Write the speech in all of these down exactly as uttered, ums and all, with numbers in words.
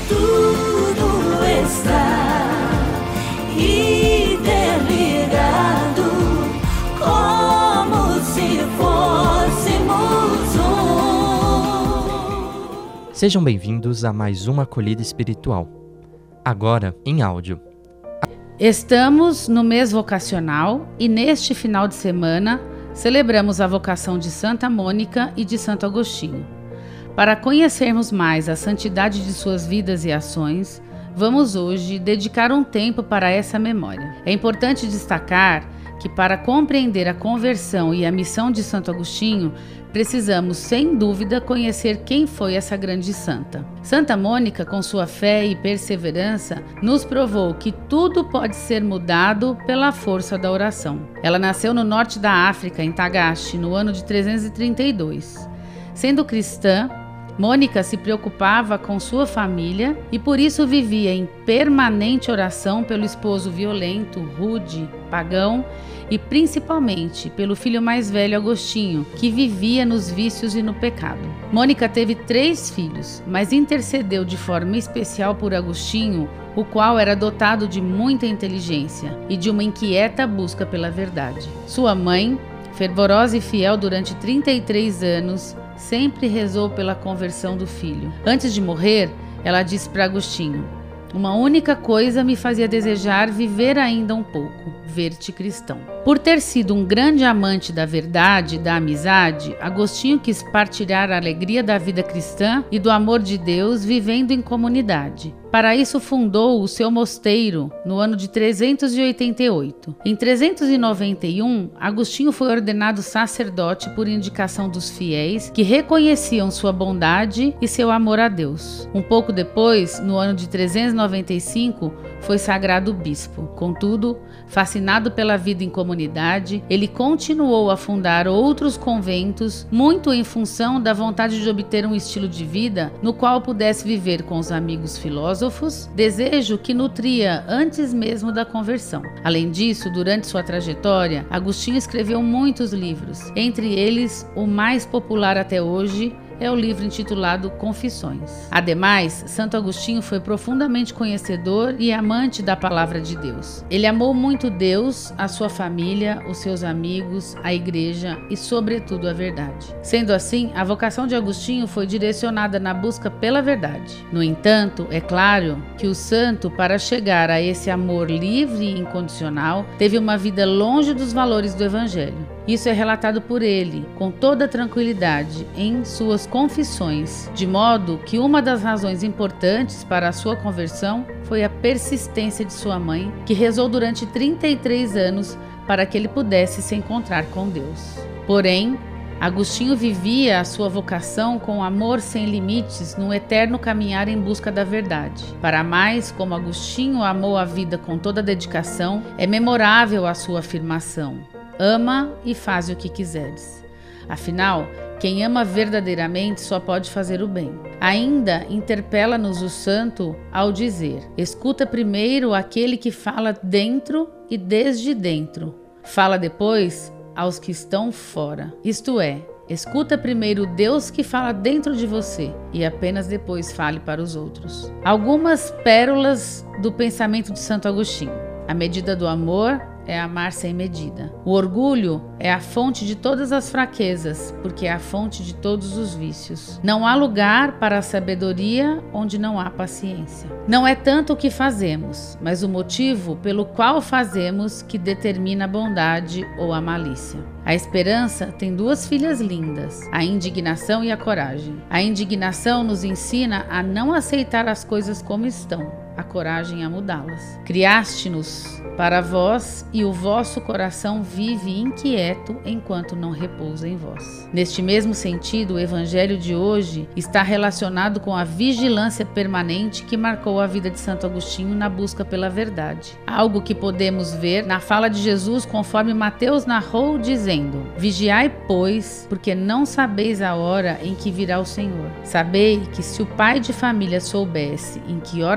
tudo está interligado, como se fôssemos um. Sejam bem-vindos a mais uma acolhida espiritual, agora em áudio. Estamos no mês vocacional e neste final de semana celebramos a vocação de Santa Mônica e de Santo Agostinho. Para conhecermos mais a santidade de suas vidas e ações, vamos hoje dedicar um tempo para essa memória. É importante destacar que para compreender a conversão e a missão de Santo Agostinho, precisamos, sem dúvida, conhecer quem foi essa grande santa. Santa Mônica, com sua fé e perseverança, nos provou que tudo pode ser mudado pela força da oração. Ela nasceu no norte da África, em Tagaste, no ano de trezentos e trinta e dois. Sendo cristã, Mônica se preocupava com sua família e por isso vivia em permanente oração pelo esposo violento, rude, pagão e principalmente pelo filho mais velho, Agostinho, que vivia nos vícios e no pecado. Mônica teve três filhos, mas intercedeu de forma especial por Agostinho, o qual era dotado de muita inteligência e de uma inquieta busca pela verdade. Sua mãe, fervorosa e fiel durante trinta e três anos, sempre rezou pela conversão do filho. Antes de morrer, ela disse para Agostinho: "Uma única coisa me fazia desejar viver ainda um pouco, ver-te cristão." Por ter sido um grande amante da verdade e da amizade, Agostinho quis partilhar a alegria da vida cristã e do amor de Deus vivendo em comunidade. Para isso fundou o seu mosteiro no ano de trezentos e oitenta e oito. Em trezentos e noventa e um, Agostinho foi ordenado sacerdote por indicação dos fiéis que reconheciam sua bondade e seu amor a Deus. Um pouco depois, no ano de trezentos e noventa e cinco, foi sagrado bispo. Contudo, fascinado pela vida em comunidade, ele continuou a fundar outros conventos, muito em função da vontade de obter um estilo de vida no qual pudesse viver com os amigos filósofos, desejo que nutria antes mesmo da conversão. Além disso, durante sua trajetória, Agostinho escreveu muitos livros, entre eles o mais popular até hoje, é o livro intitulado Confissões. Ademais, Santo Agostinho foi profundamente conhecedor e amante da palavra de Deus. Ele amou muito Deus, a sua família, os seus amigos, a igreja e, sobretudo, a verdade. Sendo assim, a vocação de Agostinho foi direcionada na busca pela verdade. No entanto, é claro que o santo, para chegar a esse amor livre e incondicional, teve uma vida longe dos valores do Evangelho. Isso é relatado por ele, com toda tranquilidade, em suas confissões, de modo que uma das razões importantes para a sua conversão foi a persistência de sua mãe, que rezou durante trinta e três anos para que ele pudesse se encontrar com Deus. Porém, Agostinho vivia a sua vocação com amor sem limites num eterno caminhar em busca da verdade. Para mais, como Agostinho amou a vida com toda dedicação, é memorável a sua afirmação: "Ama e faz o que quiseres." Afinal, quem ama verdadeiramente só pode fazer o bem. Ainda interpela-nos o santo ao dizer: "Escuta primeiro aquele que fala dentro e desde dentro. Fala depois aos que estão fora." Isto é, escuta primeiro Deus que fala dentro de você e apenas depois fale para os outros. Algumas pérolas do pensamento de Santo Agostinho. A medida do amor é amar sem medida. O orgulho é a fonte de todas as fraquezas, porque é a fonte de todos os vícios. Não há lugar para a sabedoria onde não há paciência. Não é tanto o que fazemos, mas o motivo pelo qual fazemos que determina a bondade ou a malícia. A esperança tem duas filhas lindas, a indignação e a coragem. A indignação nos ensina a não aceitar as coisas como estão, a coragem a mudá-las. Criaste-nos para vós e o vosso coração vive inquieto enquanto não repousa em vós. Neste mesmo sentido, o evangelho de hoje está relacionado com a vigilância permanente que marcou a vida de Santo Agostinho na busca pela verdade. Algo que podemos ver na fala de Jesus conforme Mateus narrou, dizendo: "Vigiai, pois, porque não sabeis a hora em que virá o Senhor. Sabei que se o pai de família soubesse em que hora da noite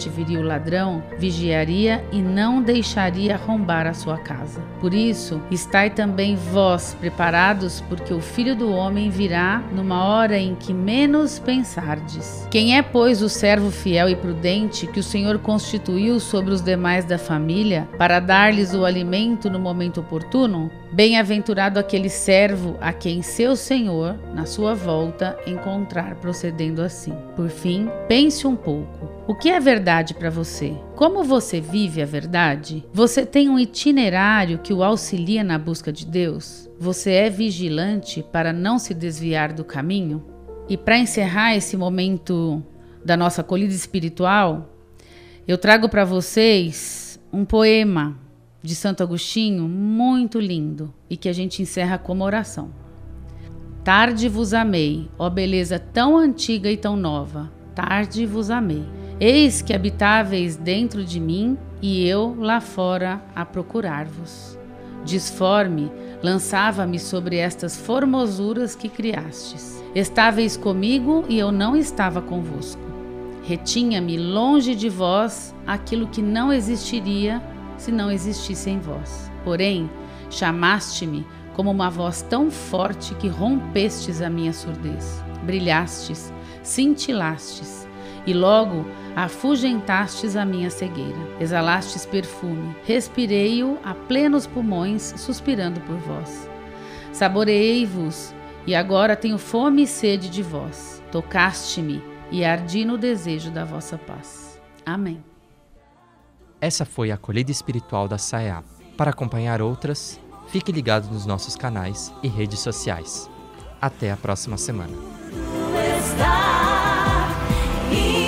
noite viria o ladrão, vigiaria e não deixaria arrombar a sua casa. Por isso, estai também vós preparados, porque o Filho do Homem virá numa hora em que menos pensardes. Quem é, pois, o servo fiel e prudente que o Senhor constituiu sobre os demais da família, para dar-lhes o alimento no momento oportuno? Bem-aventurado aquele servo a quem seu Senhor, na sua volta, encontrar procedendo assim. Por fim, pense um pouco. O que é verdade para você? Como você vive a verdade? Você tem um itinerário que o auxilia na busca de Deus? Você é vigilante para não se desviar do caminho? E para encerrar esse momento da nossa acolhida espiritual, eu trago para vocês um poema de Santo Agostinho muito lindo e que a gente encerra como oração. Tarde vos amei, ó beleza tão antiga e tão nova, tarde vos amei. Eis que habitáveis dentro de mim e eu lá fora a procurar-vos. Disforme, lançava-me sobre estas formosuras que criastes. Estáveis comigo e eu não estava convosco. Retinha-me longe de vós aquilo que não existiria se não existisse em vós. Porém, chamaste-me como uma voz tão forte que rompestes a minha surdez. Brilhastes, cintilastes, e logo afugentastes a minha cegueira. Exalastes perfume, respirei-o a plenos pulmões, suspirando por vós. Saboreei-vos, e agora tenho fome e sede de vós. Tocaste-me, e ardi no desejo da vossa paz. Amém. Essa foi a acolhida espiritual da S A E A. Para acompanhar outras, fique ligado nos nossos canais e redes sociais. Até a próxima semana. Está